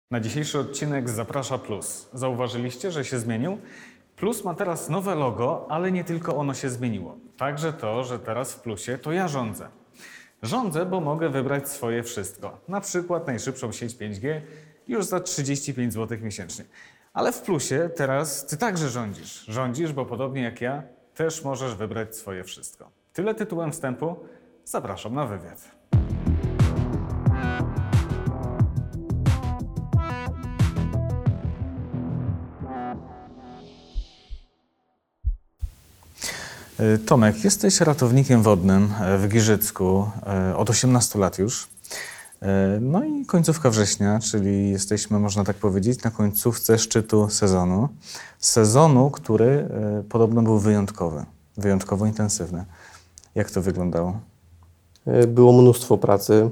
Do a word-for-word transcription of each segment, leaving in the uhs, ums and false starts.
Na dzisiejszy odcinek zaprasza Plus. Zauważyliście, że się zmienił? Plus ma teraz nowe logo, ale nie tylko ono się zmieniło. Także to, że teraz w Plusie to ja rządzę. Rządzę, bo mogę wybrać swoje wszystko. Na przykład najszybszą sieć pięć G już za trzydzieści pięć złotych miesięcznie. Ale w Plusie teraz ty także rządzisz. Rządzisz, bo podobnie jak ja, też możesz wybrać swoje wszystko. Tyle tytułem wstępu. Zapraszam na wywiad. Tomek, jesteś ratownikiem wodnym w Giżycku od osiemnastu lat już. No i końcówka września, czyli jesteśmy, można tak powiedzieć, na końcówce szczytu sezonu. Sezonu, który podobno był wyjątkowy, wyjątkowo intensywny. Jak to wyglądało? Było mnóstwo pracy,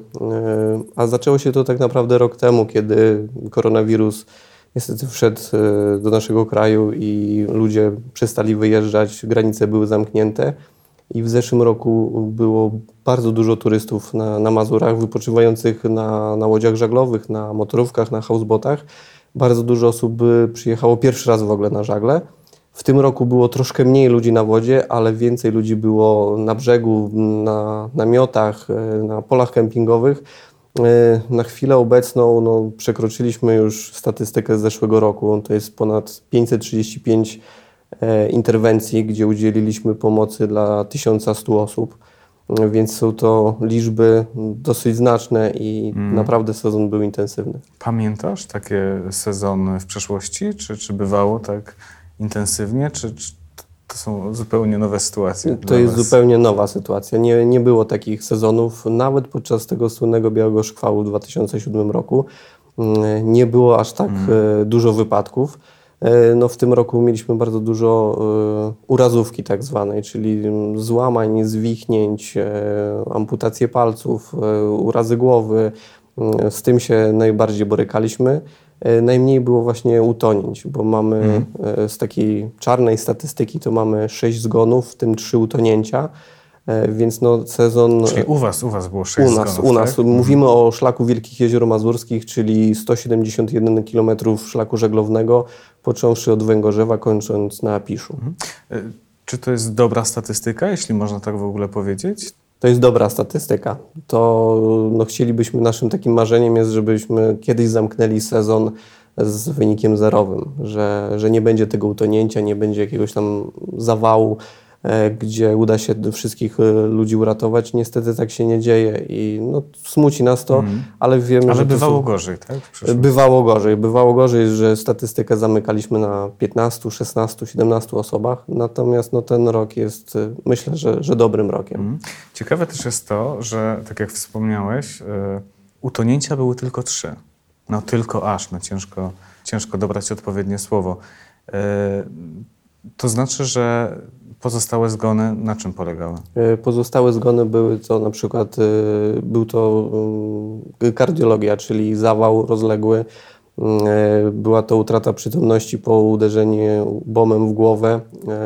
a zaczęło się to tak naprawdę rok temu, kiedy koronawirus niestety wszedł do naszego kraju i ludzie przestali wyjeżdżać, granice były zamknięte i w zeszłym roku było bardzo dużo turystów na, na Mazurach wypoczywających na, na łodziach żaglowych, na motorówkach, na houseboatach. Bardzo dużo osób przyjechało pierwszy raz w ogóle na żagle. W tym roku było troszkę mniej ludzi na wodzie, ale więcej ludzi było na brzegu, na namiotach, na polach kempingowych. Na chwilę obecną no, przekroczyliśmy już statystykę z zeszłego roku. To jest ponad pięćset trzydzieści pięć e, interwencji, gdzie udzieliliśmy pomocy dla tysiąc sto osób. Więc są to liczby dosyć znaczne i mm. naprawdę sezon był intensywny. Pamiętasz takie sezony w przeszłości? Czy, czy bywało tak intensywnie? Czy, czy to są zupełnie nowe sytuacje? To jest was? zupełnie nowa sytuacja. Nie, nie było takich sezonów. Nawet podczas tego słynnego Białego Szkwalu w dwa tysiące siódmym roku nie było aż tak mm. dużo wypadków. No, w tym roku mieliśmy bardzo dużo urazówki tak zwanej, czyli złamań, zwichnięć, amputacje palców, urazy głowy. Z tym się najbardziej borykaliśmy. Najmniej było właśnie utonięć, bo mamy mm. z takiej czarnej statystyki to mamy sześć zgonów, w tym trzy utonięcia, więc no sezon... Czyli u was, u was było sześć u nas, zgonów, U nas, tak? Mówimy mm. o szlaku Wielkich Jezior Mazurskich, czyli sto siedemdziesiąt jeden kilometrów szlaku żeglownego, począwszy od Węgorzewa, kończąc na Apiszu. Mm. Czy to jest dobra statystyka, jeśli można tak w ogóle powiedzieć? To jest dobra statystyka. To no, chcielibyśmy, naszym takim marzeniem jest, żebyśmy kiedyś zamknęli sezon z wynikiem zerowym, że, że nie będzie tego utonięcia, nie będzie jakiegoś tam zawału, e, gdzie uda się wszystkich ludzi uratować. Niestety tak się nie dzieje i no, smuci nas to, mm. ale wiemy, ale że bywało są... gorzej, tak? Bywało gorzej. Bywało gorzej, że statystykę zamykaliśmy na piętnastu, szesnastu, siedemnastu osobach, natomiast no, ten rok jest, myślę, że, że dobrym rokiem. Mm. Ciekawe też jest to, że tak jak wspomniałeś, y, utonięcia były tylko trzy. No tylko aż, no ciężko, ciężko dobrać odpowiednie słowo. Y, to znaczy, że pozostałe zgony na czym polegały? Pozostałe zgony były to na przykład, był to kardiologia, czyli zawał rozległy, była to utrata przytomności po uderzeniu bombem w głowę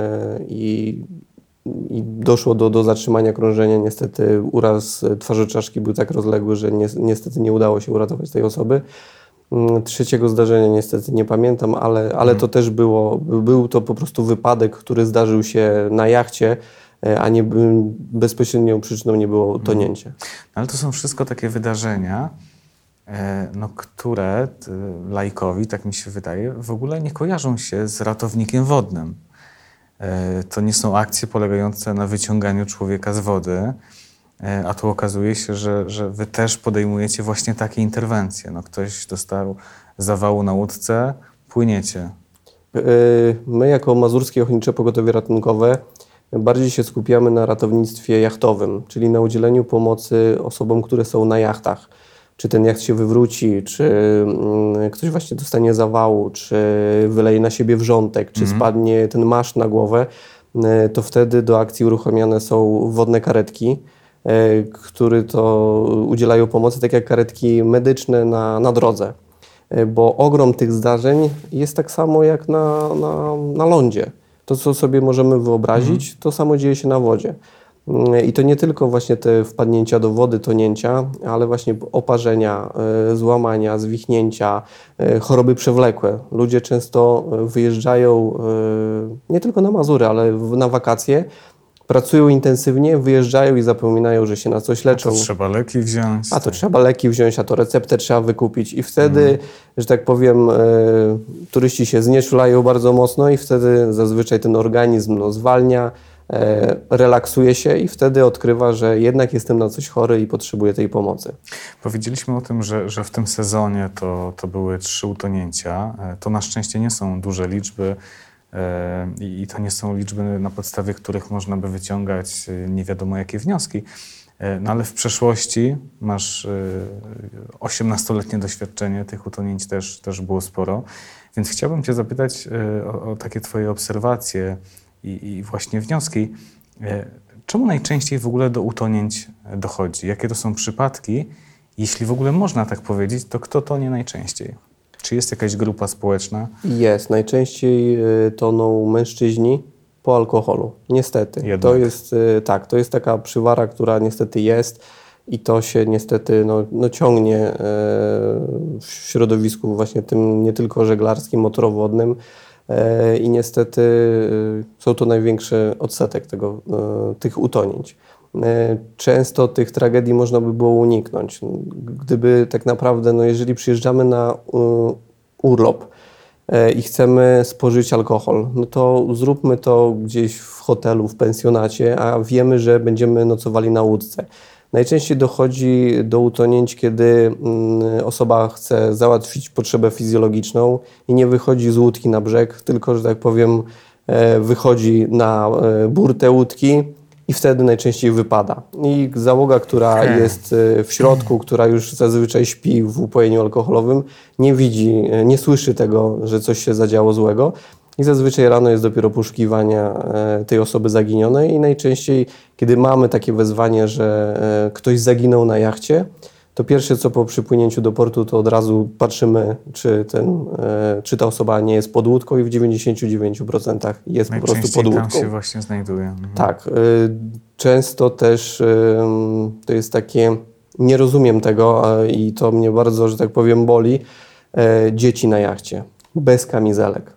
i, i doszło do, do zatrzymania krążenia. Niestety uraz twarzy czaszki był tak rozległy, że ni, niestety nie udało się uratować tej osoby. Trzeciego zdarzenia niestety nie pamiętam, ale, ale hmm. to też było, był to po prostu wypadek, który zdarzył się na jachcie, a nie bezpośrednią przyczyną nie było utonięcie. Hmm. Ale to są wszystko takie wydarzenia, no, które laikowi, tak mi się wydaje, w ogóle nie kojarzą się z ratownikiem wodnym. To nie są akcje polegające na wyciąganiu człowieka z wody, a tu okazuje się, że, że wy też podejmujecie właśnie takie interwencje. No, ktoś dostał zawału na łódce, płyniecie. My jako Mazurskie Ochotnicze Pogotowie Ratunkowe bardziej się skupiamy na ratownictwie jachtowym, czyli na udzieleniu pomocy osobom, które są na jachtach. Czy ten jacht się wywróci, czy ktoś właśnie dostanie zawału, czy wyleje na siebie wrzątek, czy mm. spadnie ten maszt na głowę, to wtedy do akcji uruchamiane są wodne karetki, które to udzielają pomocy, tak jak karetki medyczne na, na drodze. Bo ogrom tych zdarzeń jest tak samo jak na, na, na lądzie. To, co sobie możemy wyobrazić, mm. to samo dzieje się na wodzie. I to nie tylko właśnie te wpadnięcia do wody, tonięcia, ale właśnie oparzenia, złamania, zwichnięcia, choroby przewlekłe. Ludzie często wyjeżdżają nie tylko na Mazury, ale na wakacje, pracują intensywnie, wyjeżdżają i zapominają, że się na coś leczą. A to trzeba leki wziąć. A to trzeba leki wziąć, a to receptę trzeba wykupić i wtedy, mm. że tak powiem, e, turyści się znieczulają bardzo mocno i wtedy zazwyczaj ten organizm no, zwalnia, e, relaksuje się i wtedy odkrywa, że jednak jestem na coś chory i potrzebuję tej pomocy. Powiedzieliśmy o tym, że, że w tym sezonie to, to były trzy utonięcia. To na szczęście nie są duże liczby. I to nie są liczby, na podstawie których można by wyciągać nie wiadomo jakie wnioski. No ale w przeszłości masz osiemnastoletnie doświadczenie, tych utonięć też, też było sporo. Więc chciałbym Cię zapytać o, o takie Twoje obserwacje i, i właśnie wnioski. Czemu najczęściej w ogóle do utonięć dochodzi? Jakie to są przypadki? Jeśli w ogóle można tak powiedzieć, to kto tonie najczęściej? Czy jest jakaś grupa społeczna? Jest. Najczęściej toną mężczyźni po alkoholu. Niestety. Jednak. To jest, tak, to jest taka przywara, która niestety jest i to się niestety no, no ciągnie w środowisku właśnie tym nie tylko żeglarskim, motorowodnym i niestety są to największy odsetek tego, tych utonięć. Często tych tragedii można by było uniknąć. Gdyby tak naprawdę, no jeżeli przyjeżdżamy na urlop i chcemy spożyć alkohol, no to zróbmy to gdzieś w hotelu, w pensjonacie, a wiemy, że będziemy nocowali na łódce. Najczęściej dochodzi do utonięć, kiedy osoba chce załatwić potrzebę fizjologiczną i nie wychodzi z łódki na brzeg, tylko, że tak powiem, wychodzi na burtę łódki, i wtedy najczęściej wypada. I załoga, która hmm. jest w środku, która już zazwyczaj śpi w upojeniu alkoholowym, nie widzi, nie słyszy tego, że coś się zadziało złego. I zazwyczaj rano jest dopiero poszukiwania tej osoby zaginionej i najczęściej, kiedy mamy takie wezwanie, że ktoś zaginął na jachcie, to pierwsze co po przypłynięciu do portu, to od razu patrzymy, czy, ten, czy ta osoba nie jest pod łódką i w dziewięćdziesięciu dziewięciu procentach jest po prostu pod łódką. Tam się właśnie znajduje. Mhm. Tak. Często też to jest takie, nie rozumiem tego i to mnie bardzo, że tak powiem, boli, dzieci na jachcie, bez kamizelek.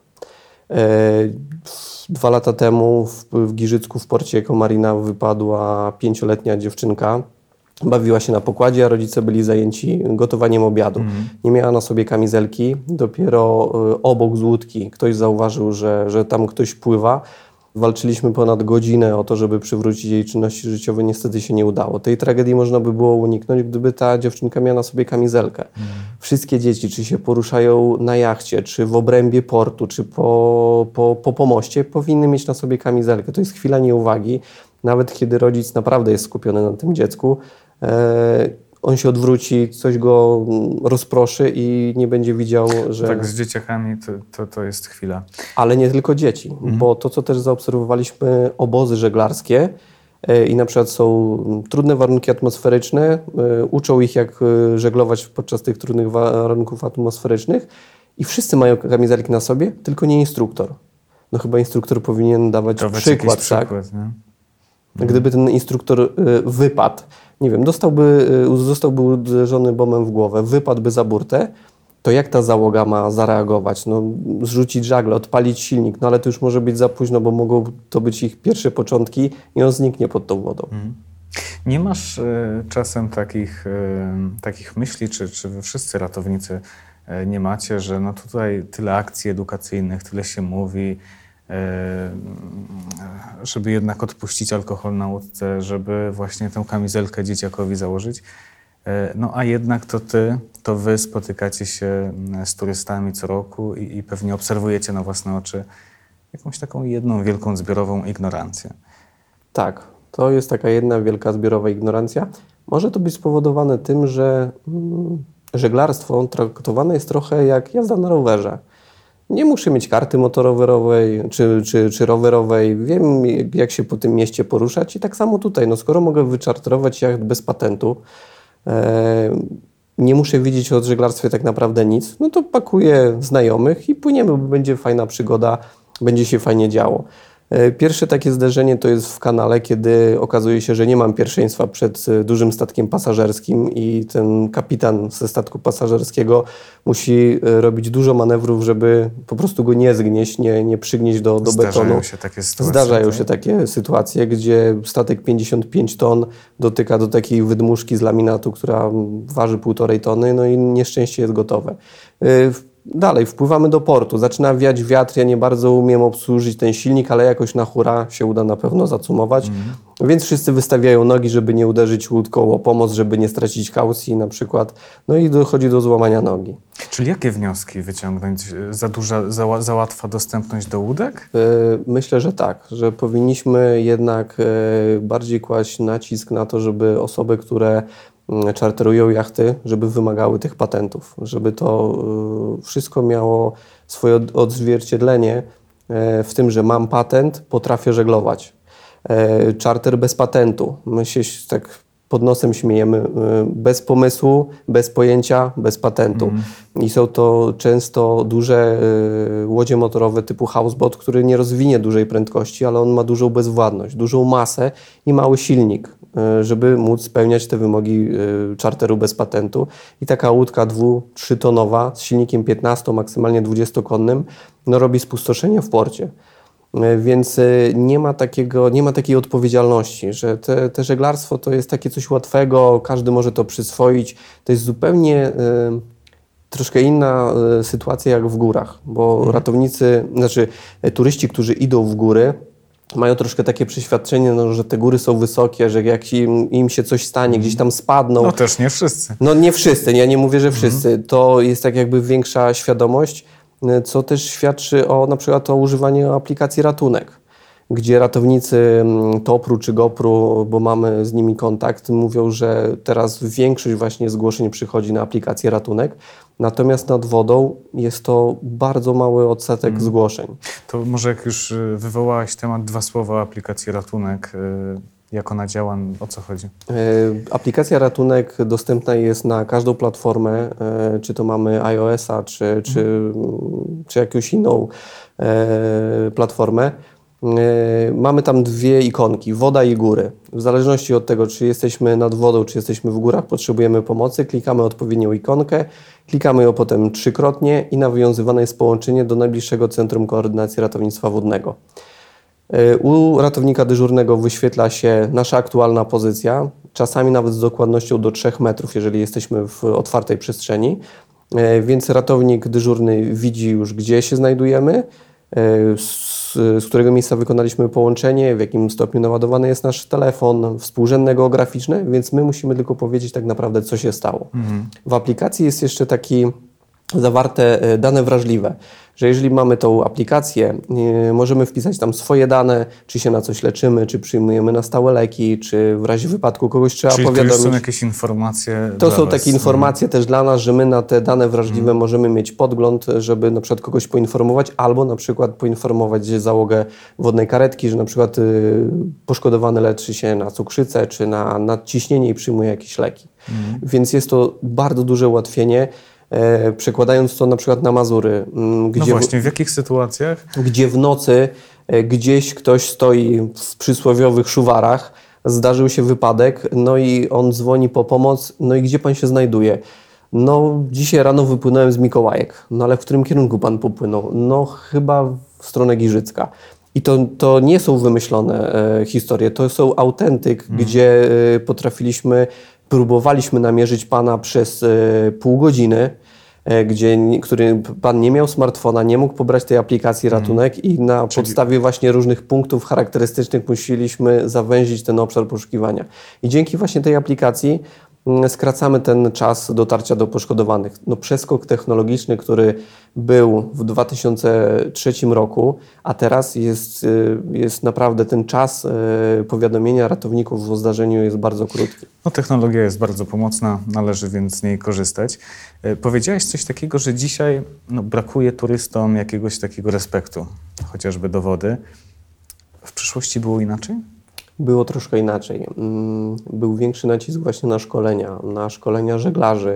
Dwa lata temu w, w Giżycku w porcie Komarina wypadła pięcioletnia dziewczynka. Bawiła się na pokładzie, a rodzice byli zajęci gotowaniem obiadu. Mm. Nie miała na sobie kamizelki. Dopiero y, obok z łódki ktoś zauważył, że, że tam ktoś pływa. Walczyliśmy ponad godzinę o to, żeby przywrócić jej czynności życiowe. Niestety się nie udało. Tej tragedii można by było uniknąć, gdyby ta dziewczynka miała na sobie kamizelkę. Mm. Wszystkie dzieci, czy się poruszają na jachcie, czy w obrębie portu, czy po, po, po pomoście, powinny mieć na sobie kamizelkę. To jest chwila nieuwagi. Nawet kiedy rodzic naprawdę jest skupiony na tym dziecku, e, on się odwróci, coś go rozproszy i nie będzie widział, że... Tak, z dzieciakami to, to, to jest chwila. Ale nie tylko dzieci, mhm. bo to, co też zaobserwowaliśmy, obozy żeglarskie e, i na przykład są trudne warunki atmosferyczne, e, uczą ich, jak żeglować podczas tych trudnych warunków atmosferycznych i wszyscy mają kamizelki na sobie, tylko nie instruktor. No chyba instruktor powinien dawać, dawać przykład, tak? Przykład, nie? Gdyby ten instruktor y, wypadł, nie wiem, dostałby, y, zostałby uderzony bombem w głowę, wypadłby za burtę, to jak ta załoga ma zareagować? No, zrzucić żagle, odpalić silnik, no ale to już może być za późno, bo mogą to być ich pierwsze początki i on zniknie pod tą wodą. Hmm. Nie masz y, czasem takich, y, takich myśli, czy, czy wy wszyscy ratownicy y, nie macie, że no tutaj tyle akcji edukacyjnych, tyle się mówi, żeby jednak odpuścić alkohol na łódce, żeby właśnie tę kamizelkę dzieciakowi założyć. No a jednak to ty, to wy spotykacie się z turystami co roku i, i pewnie obserwujecie na własne oczy jakąś taką jedną wielką zbiorową ignorancję. Tak, to jest taka jedna wielka zbiorowa ignorancja. Może to być spowodowane tym, że żeglarstwo traktowane jest trochę jak jazda na rowerze. Nie muszę mieć karty motorowerowej czy, czy, czy rowerowej. Wiem, jak się po tym mieście poruszać i tak samo tutaj. No, skoro mogę wyczarterować jacht bez patentu, e, nie muszę wiedzieć o żeglarstwie tak naprawdę nic, no to pakuję znajomych i płyniemy, bo będzie fajna przygoda, będzie się fajnie działo. Pierwsze takie zderzenie to jest w kanale, kiedy okazuje się, że nie mam pierwszeństwa przed dużym statkiem pasażerskim i ten kapitan ze statku pasażerskiego musi robić dużo manewrów, żeby po prostu go nie zgnieść, nie, nie przygnieść do, do betonu. Zdarzają się takie sytuacje. Zdarzają tak? się takie sytuacje, gdzie statek pięćdziesiąt pięć ton dotyka do takiej wydmuszki z laminatu, która waży półtorej tony, no i nieszczęście jest gotowe. Dalej, wpływamy do portu, zaczyna wiać wiatr, ja nie bardzo umiem obsłużyć ten silnik, ale jakoś na hura się uda na pewno zacumować, mm. więc wszyscy wystawiają nogi, żeby nie uderzyć łódką o pomoc, żeby nie stracić kaucji na przykład, no i dochodzi do złamania nogi. Czyli jakie wnioski wyciągnąć? Za duża, za, za łatwa dostępność do łódek? Myślę, że tak, że powinniśmy jednak bardziej kłaść nacisk na to, żeby osoby, które czarterują jachty, żeby wymagały tych patentów, żeby to wszystko miało swoje odzwierciedlenie w tym, że mam patent, potrafię żeglować. Czarter bez patentu. My się tak pod nosem śmiejemy, bez pomysłu, bez pojęcia, bez patentu. Mm. I są to często duże łodzie motorowe typu houseboat, który nie rozwinie dużej prędkości, ale on ma dużą bezwładność, dużą masę i mały silnik, żeby móc spełniać te wymogi czarteru bez patentu. I taka łódka dwu-, trzytonowa z silnikiem piętnasto, maksymalnie dwudziestokonnym, no robi spustoszenie w porcie. Więc nie ma, takiego, nie ma takiej odpowiedzialności, że te, te żeglarstwo to jest takie coś łatwego, każdy może to przyswoić. To jest zupełnie y, troszkę inna y, sytuacja jak w górach, bo mhm. ratownicy, znaczy turyści, którzy idą w góry, mają troszkę takie przeświadczenie, no, że te góry są wysokie, że jak im, im się coś stanie, gdzieś tam spadną. No też nie wszyscy. No nie wszyscy, ja nie mówię, że wszyscy. Mhm. To jest tak jakby większa świadomość, co też świadczy o na przykład o używaniu aplikacji Ratunek, gdzie ratownicy Topru czy Gopru, bo mamy z nimi kontakt, mówią, że teraz większość właśnie zgłoszeń przychodzi na aplikację Ratunek, natomiast nad wodą jest to bardzo mały odsetek hmm. zgłoszeń. To może jak już wywołałeś temat, dwa słowa o aplikacji Ratunek. Jak ona działa, o co chodzi? Aplikacja Ratunek dostępna jest na każdą platformę, czy to mamy iOS-a, czy, czy, mhm. czy jakąś inną platformę. Mamy tam dwie ikonki, woda i góry. W zależności od tego, czy jesteśmy nad wodą, czy jesteśmy w górach, potrzebujemy pomocy, klikamy odpowiednią ikonkę, klikamy ją potem trzykrotnie i nawiązywane jest połączenie do najbliższego Centrum Koordynacji Ratownictwa Wodnego. U ratownika dyżurnego wyświetla się nasza aktualna pozycja, czasami nawet z dokładnością do trzech metrów, jeżeli jesteśmy w otwartej przestrzeni, więc ratownik dyżurny widzi już, gdzie się znajdujemy, z, z którego miejsca wykonaliśmy połączenie, w jakim stopniu naładowany jest nasz telefon, współrzędne geograficzne, więc my musimy tylko powiedzieć tak naprawdę, co się stało. Mhm. W aplikacji jest jeszcze taki zawarte dane wrażliwe, że jeżeli mamy tą aplikację, możemy wpisać tam swoje dane, czy się na coś leczymy, czy przyjmujemy na stałe leki, czy w razie wypadku kogoś trzeba Czyli powiadomić. Czyli to są jakieś informacje To dla są was. takie informacje hmm. też dla nas, że my na te dane wrażliwe hmm. możemy mieć podgląd, żeby na przykład kogoś poinformować, albo na przykład poinformować załogę wodnej karetki, że na przykład y, poszkodowany leczy się na cukrzycę, czy na nadciśnienie i przyjmuje jakieś leki. Hmm. Więc jest to bardzo duże ułatwienie. E, przekładając to na przykład na Mazury. Gdzie no właśnie, w jakich sytuacjach? Gdzie w nocy e, gdzieś ktoś stoi w przysłowiowych szuwarach, zdarzył się wypadek, no i on dzwoni po pomoc, no i gdzie pan się znajduje? No dzisiaj rano wypłynąłem z Mikołajek, no ale w którym kierunku pan popłynął? No chyba w stronę Giżycka. I to, to nie są wymyślone e, historie, to są autentyk, hmm. gdzie e, potrafiliśmy Próbowaliśmy namierzyć pana przez y, pół godziny, y, gdzie który pan nie miał smartfona, nie mógł pobrać tej aplikacji Ratunek mm. i na Czyli... podstawie właśnie różnych punktów charakterystycznych musieliśmy zawęzić ten obszar poszukiwania. I dzięki właśnie tej aplikacji y, skracamy ten czas dotarcia do poszkodowanych. No, przeskok technologiczny, który był w dwa tysiące trzecim roku, a teraz jest, y, jest naprawdę ten czas y, powiadomienia ratowników o zdarzeniu jest bardzo krótki. No, technologia jest bardzo pomocna, należy więc z niej korzystać. Y, powiedziałeś coś takiego, że dzisiaj no, brakuje turystom jakiegoś takiego respektu, chociażby do wody. W przyszłości było inaczej? Było troszkę inaczej. Był większy nacisk właśnie na szkolenia, na szkolenia żeglarzy,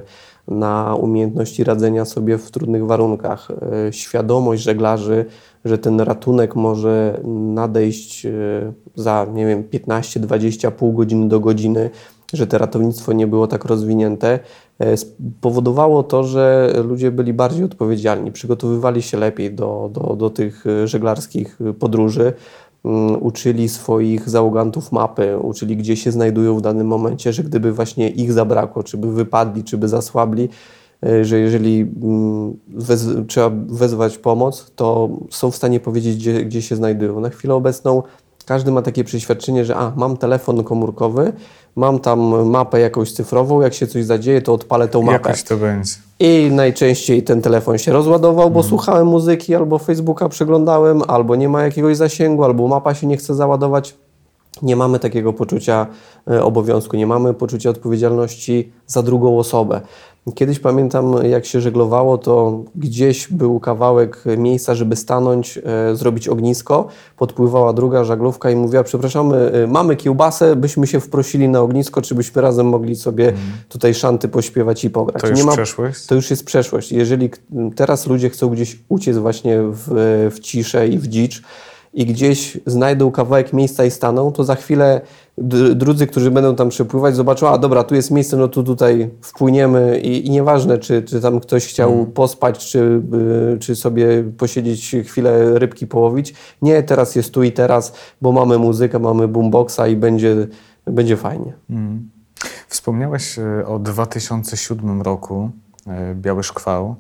na umiejętności radzenia sobie w trudnych warunkach. Świadomość żeglarzy, że ten ratunek może nadejść za, nie wiem, piętnaście dwadzieścia, pół godziny do godziny, że to ratownictwo nie było tak rozwinięte, spowodowało to, że ludzie byli bardziej odpowiedzialni, przygotowywali się lepiej do, do, do tych żeglarskich podróży, uczyli swoich załogantów mapy, uczyli, gdzie się znajdują w danym momencie, że gdyby właśnie ich zabrakło, czy by wypadli, czy by zasłabli, że jeżeli wez, trzeba wezwać pomoc, to są w stanie powiedzieć, gdzie, gdzie się znajdują. Na chwilę obecną każdy ma takie przeświadczenie, że a, mam telefon komórkowy, mam tam mapę jakąś cyfrową, jak się coś zadzieje, to odpalę tą mapę. Jakoś to będzie. I najczęściej ten telefon się rozładował, bo Mm. słuchałem muzyki, albo Facebooka przeglądałem, albo nie ma jakiegoś zasięgu, albo mapa się nie chce załadować. Nie mamy takiego poczucia e, obowiązku, nie mamy poczucia odpowiedzialności za drugą osobę. Kiedyś pamiętam, jak się żeglowało, to gdzieś był kawałek miejsca, żeby stanąć, e, zrobić ognisko. Podpływała druga żaglówka i mówiła: przepraszamy, e, mamy kiełbasę, byśmy się wprosili na ognisko, czy byśmy razem mogli sobie mm. tutaj szanty pośpiewać i pograć. To już Nie ma, przeszłość? To już jest przeszłość. Jeżeli k- teraz ludzie chcą gdzieś uciec właśnie w, w ciszę i w dzicz, i gdzieś znajdą kawałek miejsca i staną, to za chwilę d- drudzy, którzy będą tam przepływać, zobaczą: a dobra, tu jest miejsce, no tu tutaj wpłyniemy i, i nieważne, czy, czy tam ktoś chciał mm. pospać, czy, y, czy sobie posiedzieć chwilę, rybki połowić. Nie, teraz jest tu i teraz, bo mamy muzykę, mamy boomboxa i będzie, będzie fajnie. Mm. Wspomniałeś e, o dwa tysiące siódmym roku, e, Biały Szkwał.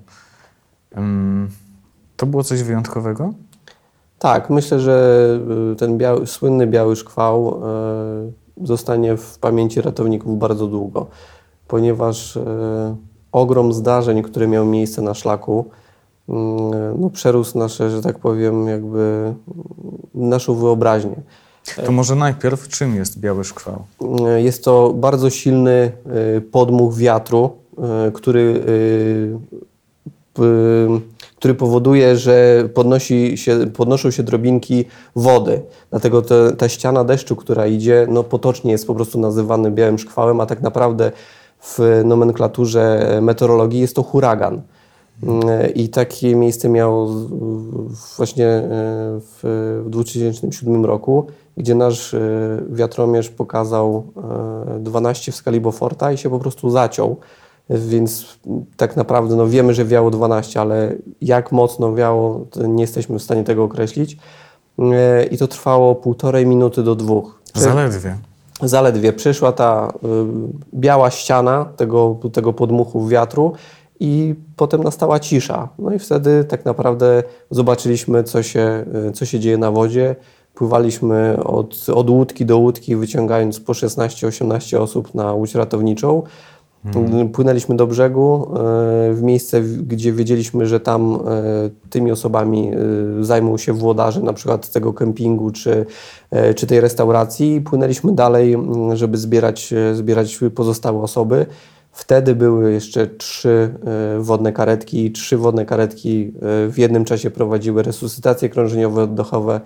Ym, to było coś wyjątkowego? Tak, myślę, że ten biały, słynny Biały Szkwał e, zostanie w pamięci ratowników bardzo długo, ponieważ e, ogrom zdarzeń, które miały miejsce na szlaku, e, no, przerósł nasze, że tak powiem, jakby naszą wyobraźnię. To może najpierw, czym jest Biały Szkwał? E, jest to bardzo silny e, podmuch wiatru, e, który e, p, który powoduje, że podnosi się, podnoszą się drobinki wody. Dlatego te, ta ściana deszczu, która idzie, no potocznie jest po prostu nazywany białym szkwałem, a tak naprawdę w nomenklaturze meteorologii jest to huragan. I takie miejsce miało właśnie w dwa tysiące siódmym roku, gdzie nasz wiatromierz pokazał dwanaście w skali Beauforta i się po prostu zaciął. Więc tak naprawdę no wiemy, że wiało dwanaście, ale jak mocno wiało, to nie jesteśmy w stanie tego określić. I to trwało półtorej minuty do dwóch. Zaledwie. Zaledwie. Przyszła ta y, biała ściana tego, tego podmuchu wiatru i potem nastała cisza. No i wtedy tak naprawdę zobaczyliśmy, co się, co się dzieje na wodzie. Pływaliśmy od, od łódki do łódki, wyciągając po szesnaście osiemnaście osób na łódź ratowniczą. Hmm. Płynęliśmy do brzegu, w miejsce, gdzie wiedzieliśmy, że tam tymi osobami zajmą się włodarze na przykład tego kempingu czy, czy tej restauracji. Płynęliśmy dalej, żeby zbierać, zbierać pozostałe osoby. Wtedy były jeszcze trzy wodne karetki. Trzy wodne karetki w jednym czasie prowadziły resuscytacje krążeniowe, oddechowe.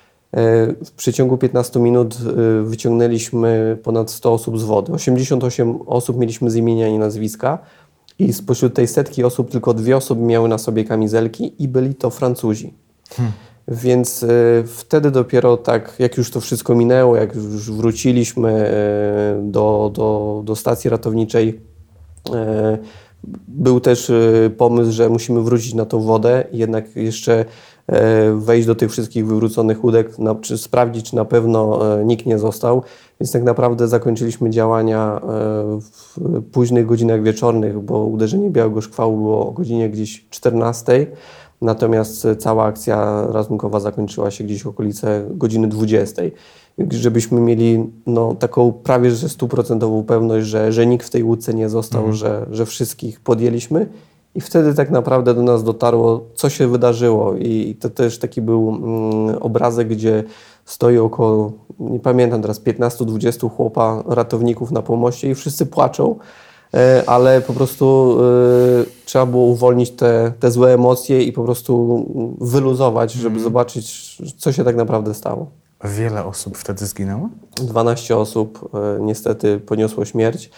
W przeciągu piętnastu minut wyciągnęliśmy ponad sto osób z wody. osiemdziesiąt osiem osób mieliśmy z imienia i nazwiska i spośród tej setki osób tylko dwie osoby miały na sobie kamizelki i byli to Francuzi. Hmm. Więc y, wtedy dopiero tak, jak już to wszystko minęło, jak już wróciliśmy y, do, do, do stacji ratowniczej, y, był też y, pomysł, że musimy wrócić na tą wodę i jednak jeszcze wejść do tych wszystkich wywróconych łódek, na, czy sprawdzić, czy na pewno e, nikt nie został. Więc tak naprawdę zakończyliśmy działania e, w późnych godzinach wieczornych, bo uderzenie Białego Szkłału było o godzinie gdzieś czternastej, natomiast cała akcja ratunkowa zakończyła się gdzieś w okolice godziny dwudziestej. Żebyśmy mieli no, taką prawie że stuprocentową pewność, że, że nikt w tej łódce nie został, mhm. że, że wszystkich podjęliśmy. I wtedy tak naprawdę do nas dotarło, co się wydarzyło. I to też taki był mm, obrazek, gdzie stoi około, nie pamiętam teraz, piętnastu dwudziestu chłopa, ratowników na pomoście i wszyscy płaczą, e, ale po prostu e, trzeba było uwolnić te, te złe emocje i po prostu wyluzować, żeby mm. zobaczyć, co się tak naprawdę stało. Wiele osób wtedy zginęło? dwanaście osób e, niestety poniosło śmierć.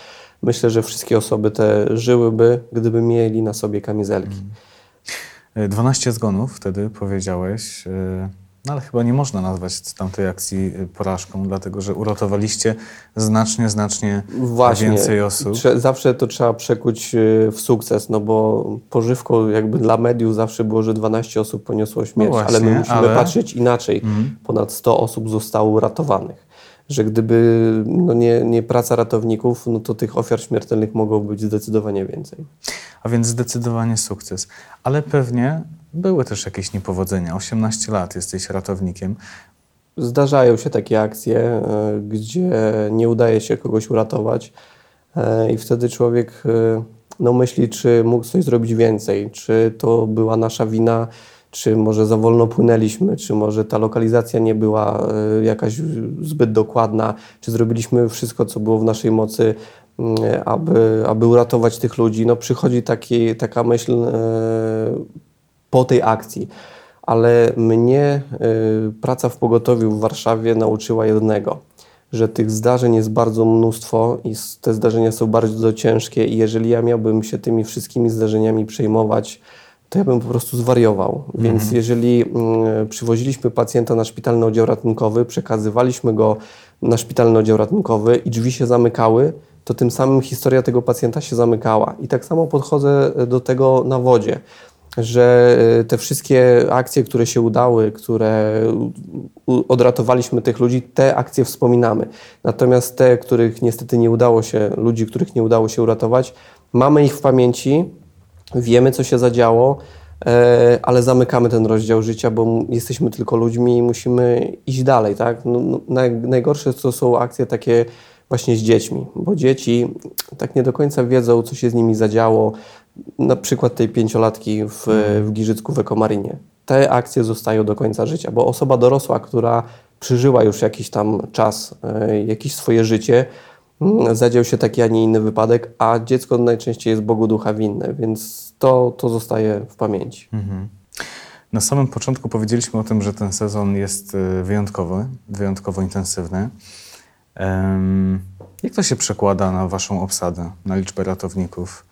myślę, że wszystkie osoby te żyłyby, gdyby mieli na sobie kamizelki. dwanaście zgonów wtedy powiedziałeś, yy, no ale chyba nie można nazwać tamtej akcji porażką, dlatego że uratowaliście znacznie, znacznie Właśnie, więcej osób. Trze- zawsze to trzeba przekuć y, w sukces, no bo pożywką jakby dla mediów zawsze było, że dwanaście osób poniosło śmierć, No ale my właśnie, musimy ale- patrzeć inaczej. Mhm. Ponad sto osób zostało uratowanych. Że gdyby no nie, nie praca ratowników, no to tych ofiar śmiertelnych mogło być zdecydowanie więcej. A więc zdecydowanie sukces. Ale pewnie były też jakieś niepowodzenia. osiemnaście lat jesteś ratownikiem. Zdarzają się takie akcje, e, gdzie nie udaje się kogoś uratować e, i wtedy człowiek e, no, myśli, czy mógł coś zrobić więcej, czy to była nasza wina, czy może za wolno płynęliśmy, czy może ta lokalizacja nie była e, jakaś zbyt dokładna, czy zrobiliśmy wszystko, co było w naszej mocy, m, aby, aby uratować tych ludzi. No, przychodzi taki, taka myśl e, po tej akcji. Ale mnie y, praca w pogotowiu w Warszawie nauczyła jednego, że tych zdarzeń jest bardzo mnóstwo i s- te zdarzenia są bardzo ciężkie i jeżeli ja miałbym się tymi wszystkimi zdarzeniami przejmować, to ja bym po prostu zwariował. Więc jeżeli y, przywoziliśmy pacjenta na szpitalny oddział ratunkowy, przekazywaliśmy go na szpitalny oddział ratunkowy i drzwi się zamykały, to tym samym historia tego pacjenta się zamykała. I tak samo podchodzę do tego na wodzie, że te wszystkie akcje, które się udały, które u- odratowaliśmy tych ludzi, te akcje wspominamy. Natomiast te, których niestety nie udało się, ludzi, których nie udało się uratować, mamy ich w pamięci, wiemy, co się zadziało, e, ale zamykamy ten rozdział życia, bo m- jesteśmy tylko ludźmi i musimy iść dalej, tak? No, no, naj, najgorsze to są akcje takie właśnie z dziećmi, bo dzieci tak nie do końca wiedzą, co się z nimi zadziało. Na przykład tej pięciolatki w, w Giżycku w Ekomarinie. Te akcje zostają do końca życia, bo osoba dorosła, która przeżyła już jakiś tam czas, e, jakieś swoje życie, mm, zadział się taki, a nie inny wypadek, a dziecko najczęściej jest Bogu ducha winne, więc to, to zostaje w pamięci. Mhm. Na samym początku powiedzieliśmy o tym, że ten sezon jest y, wyjątkowy, wyjątkowo intensywny. Em, jak to się przekłada na waszą obsadę, na liczbę ratowników?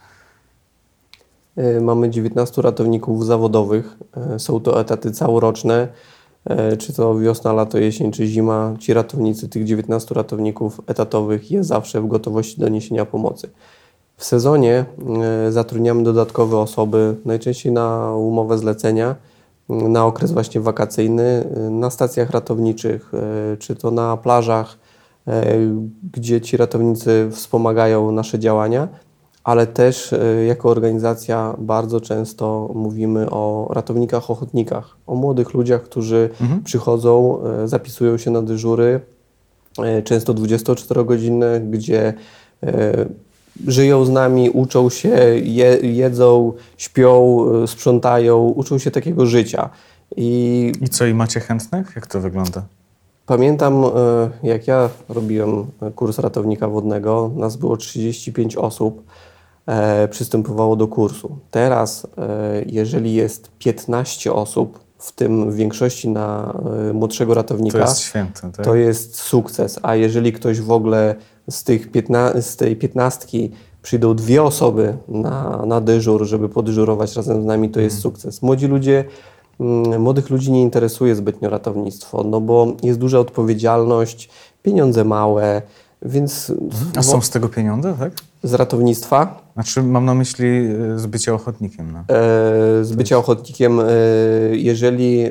E, Mamy dziewiętnastu ratowników zawodowych. E, Są to etaty całoroczne, e, czy to wiosna, lato, jesień, czy zima. Ci ratownicy, tych dziewiętnastu ratowników etatowych jest zawsze w gotowości do niesienia pomocy. W sezonie e, zatrudniamy dodatkowe osoby, najczęściej na umowę zlecenia, m, na okres właśnie wakacyjny, e, na stacjach ratowniczych, e, czy to na plażach, e, gdzie ci ratownicy wspomagają nasze działania, ale też e, jako organizacja bardzo często mówimy o ratownikach ochotnikach, o młodych ludziach, którzy Mhm. przychodzą, e, zapisują się na dyżury, e, często dwudziestoczterogodzinne, gdzie e, żyją z nami, uczą się, je, jedzą, śpią, e, sprzątają, uczą się takiego życia. I I co, i macie chętnych? Jak to wygląda? pamiętam, e, jak ja robiłem kurs ratownika wodnego, nas było trzydzieści pięć osób, e, przystępowało do kursu. Teraz, e, jeżeli jest piętnaście osób, w tym w większości na e, młodszego ratownika, To jest święte, tak? to jest sukces. A jeżeli ktoś w ogóle z, tych piętna, z tej piętnastki przyjdą dwie osoby na, na dyżur, żeby podyżurować razem z nami, to jest sukces. Młodzi ludzie, mm, młodych ludzi nie interesuje zbytnio ratownictwo, no bo jest duża odpowiedzialność, pieniądze małe, więc A są z tego pieniądze, tak? z ratownictwa, Znaczy, mam na myśli y, z bycia ochotnikiem. No. e, z bycia ochotnikiem, e, jeżeli e,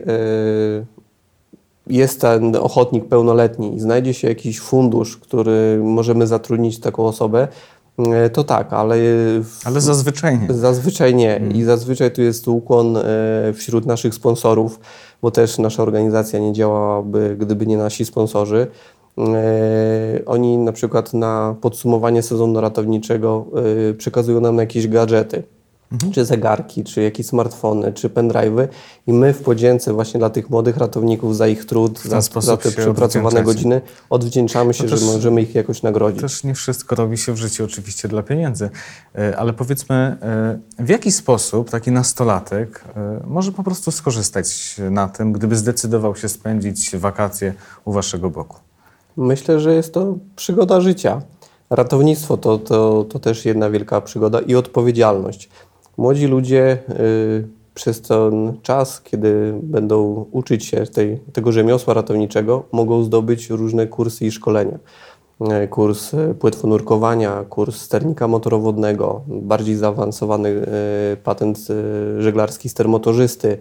jest ten ochotnik pełnoletni i znajdzie się jakiś fundusz, który możemy zatrudnić taką osobę, e, to tak, ale w, Ale zazwyczaj nie. zazwyczaj nie. I zazwyczaj tu jest ukłon e, wśród naszych sponsorów, bo też nasza organizacja nie działałaby, gdyby nie nasi sponsorzy. E, Oni na przykład na podsumowanie sezonu ratowniczego e, przekazują nam jakieś gadżety, czy zegarki, czy jakieś smartfony, czy pendrive'y i my w podzięce właśnie dla tych młodych ratowników za ich trud, ten za, za sposób te się przepracowane odwdzięczacie. godziny, odwdzięczamy się, To też- że możemy ich jakoś nagrodzić. Też nie wszystko robi się w życiu oczywiście dla pieniędzy, E, ale powiedzmy, e, w jaki sposób taki nastolatek e, może po prostu skorzystać na tym, gdyby zdecydował się spędzić wakacje u waszego boku? Myślę, że jest to przygoda życia. Ratownictwo to, to, to też jedna wielka przygoda i odpowiedzialność. Młodzi ludzie y, przez ten czas, kiedy będą uczyć się tej, tego rzemiosła ratowniczego, mogą zdobyć różne kursy i szkolenia. Y, kurs płetwonurkowania, kurs sternika motorowodnego, bardziej zaawansowany y, patent y, żeglarski stermotorzysty,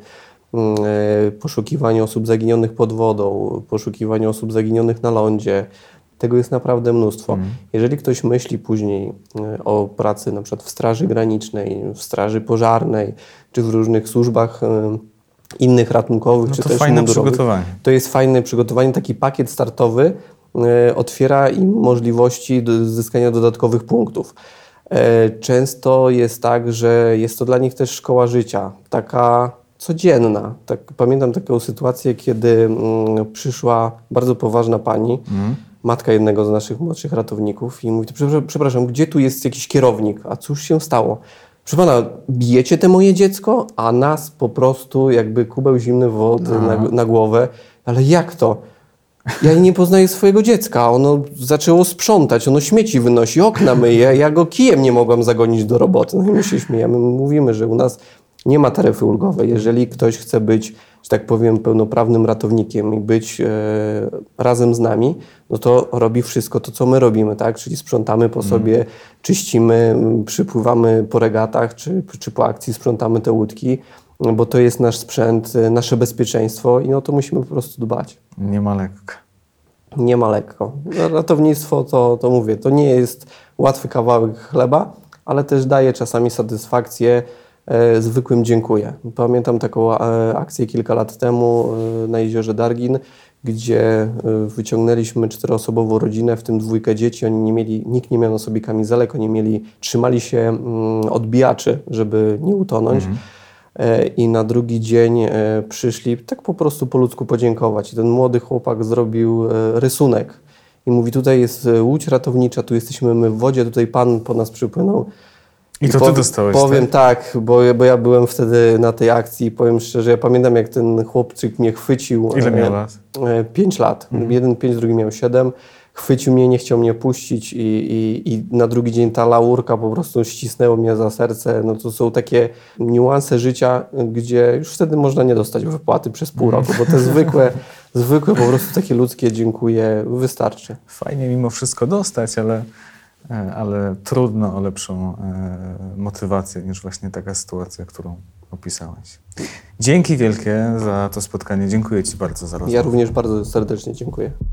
y, poszukiwanie osób zaginionych pod wodą, poszukiwanie osób zaginionych na lądzie. Tego jest naprawdę mnóstwo. Mm. Jeżeli ktoś myśli później o pracy na przykład w Straży Granicznej, w Straży Pożarnej, czy w różnych służbach innych ratunkowych, no czy to też fajne mundurowych, przygotowanie. to jest fajne przygotowanie. Taki pakiet startowy otwiera im możliwości do zyskania dodatkowych punktów. Często jest tak, że jest to dla nich też szkoła życia, taka codzienna. Tak, pamiętam taką sytuację, kiedy mm, przyszła bardzo poważna pani, mm. matka jednego z naszych młodszych ratowników i mówi, przepraszam, przepraszam, gdzie tu jest jakiś kierownik? A cóż się stało? Proszę pana, bijecie te moje dziecko? A nas po prostu jakby kubeł zimnej wody na, na głowę. Ale jak to? Ja nie poznaję swojego dziecka. Ono zaczęło sprzątać, ono śmieci wynosi, okna myje. Ja go kijem nie mogłam zagonić do roboty. No i my się śmiejemy, mówimy, że u nas nie ma taryfy ulgowej. Jeżeli ktoś chce być, że tak powiem, pełnoprawnym ratownikiem i być e, razem z nami, no to robi wszystko to, co my robimy, tak? Czyli sprzątamy po sobie, mm. czyścimy, przypływamy po regatach, czy, czy po akcji sprzątamy te łódki, bo to jest nasz sprzęt, nasze bezpieczeństwo i o to musimy po prostu dbać. Nie ma lekko. Nie ma lekko. Ratownictwo to, to mówię, to nie jest łatwy kawałek chleba, ale też daje czasami satysfakcję e, zwykłym dziękuję. Pamiętam taką e, akcję kilka lat temu e, na jeziorze Dargin, gdzie e, wyciągnęliśmy czteroosobową rodzinę, w tym dwójkę dzieci. Oni nie mieli, nikt nie miał na sobie kamizelek, oni mieli, trzymali się mm, odbijaczy, żeby nie utonąć. Mhm. I na drugi dzień przyszli tak po prostu po ludzku podziękować. I ten młody chłopak zrobił rysunek i mówi, tutaj jest łódź ratownicza, tu jesteśmy my w wodzie, tutaj pan po nas przypłynął. I, I to ty dostałeś, Powiem tak, tak bo, bo ja byłem wtedy na tej akcji i powiem szczerze, ja pamiętam jak ten chłopczyk mnie chwycił. Ile miał lat? Pięć lat. Mhm. Jeden pięć, drugi miał siedem. Chwycił mnie, nie chciał mnie puścić i, i, i na drugi dzień ta laurka po prostu ścisnęło mnie za serce. No to są takie niuanse życia, gdzie już wtedy można nie dostać wypłaty przez pół roku, bo te zwykłe, zwykłe po prostu takie ludzkie dziękuję wystarczy. Fajnie mimo wszystko dostać, ale, ale trudno o lepszą motywację niż właśnie taka sytuacja, którą opisałeś. Dzięki wielkie za to spotkanie. Dziękuję ci bardzo za rozmowę. Ja również bardzo serdecznie dziękuję.